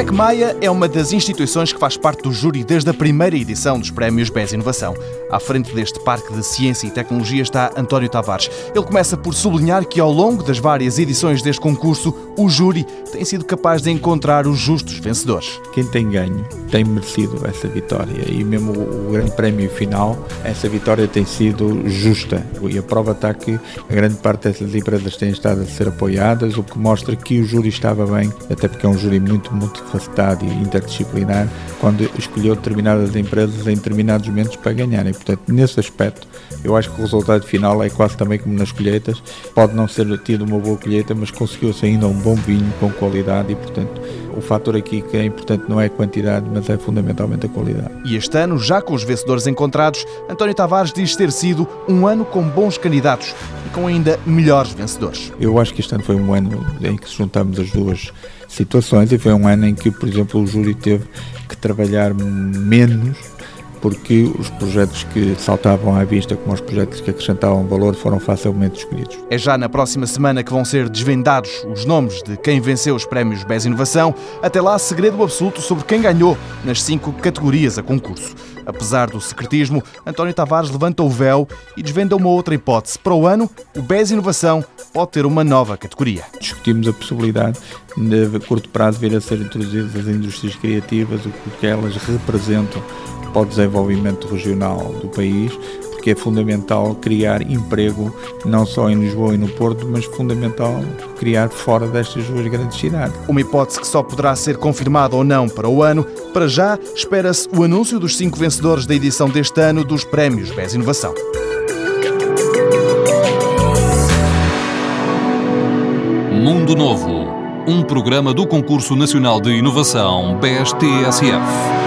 Tec Maia é uma das instituições que faz parte do júri desde a primeira edição dos prémios BES Inovação. À frente deste parque de ciência e tecnologia está António Tavares. Ele começa por sublinhar que ao longo das várias edições deste concurso, o júri tem sido capaz de encontrar os justos vencedores. Quem tem ganho tem merecido essa vitória e mesmo o grande prémio final, essa vitória tem sido justa. E a prova está que a grande parte dessas empresas têm estado a ser apoiadas, o que mostra que o júri estava bem, até porque é um júri muito facetado e interdisciplinar, quando escolheu determinadas empresas em determinados momentos para ganharem. Portanto, nesse aspecto, eu acho que o resultado final é quase também como nas colheitas. Pode não ser tido uma boa colheita, mas conseguiu-se ainda um bom vinho com qualidade e, portanto, o fator aqui que é importante não é a quantidade, mas é fundamentalmente a qualidade. E este ano, já com os vencedores encontrados, António Tavares diz ter sido um ano com bons candidatos e com ainda melhores vencedores. Eu acho que este ano foi um ano em que juntamos as duas situações e foi um ano em que, por exemplo, o júri teve que trabalhar menos porque os projetos que saltavam à vista, como os projetos que acrescentavam valor, foram facilmente escolhidos. É já na próxima semana que vão ser desvendados os nomes de quem venceu os prémios BES Inovação. Até lá, segredo absoluto sobre quem ganhou nas 5 categorias a concurso. Apesar do secretismo, António Tavares levanta o véu e desvenda uma outra hipótese. Para o ano, o BES Inovação pode ter uma nova categoria. Discutimos a possibilidade de, a curto prazo, vir a ser introduzidas as indústrias criativas, o que elas representam para o desenvolvimento regional do país, porque é fundamental criar emprego não só em Lisboa e no Porto, mas fundamental criar fora destas duas grandes cidades. Uma hipótese que só poderá ser confirmada ou não para o ano. Para já, espera-se o anúncio dos 5 vencedores da edição deste ano dos prémios BES Inovação. Mundo Novo, um programa do Concurso Nacional de Inovação BES-TSF.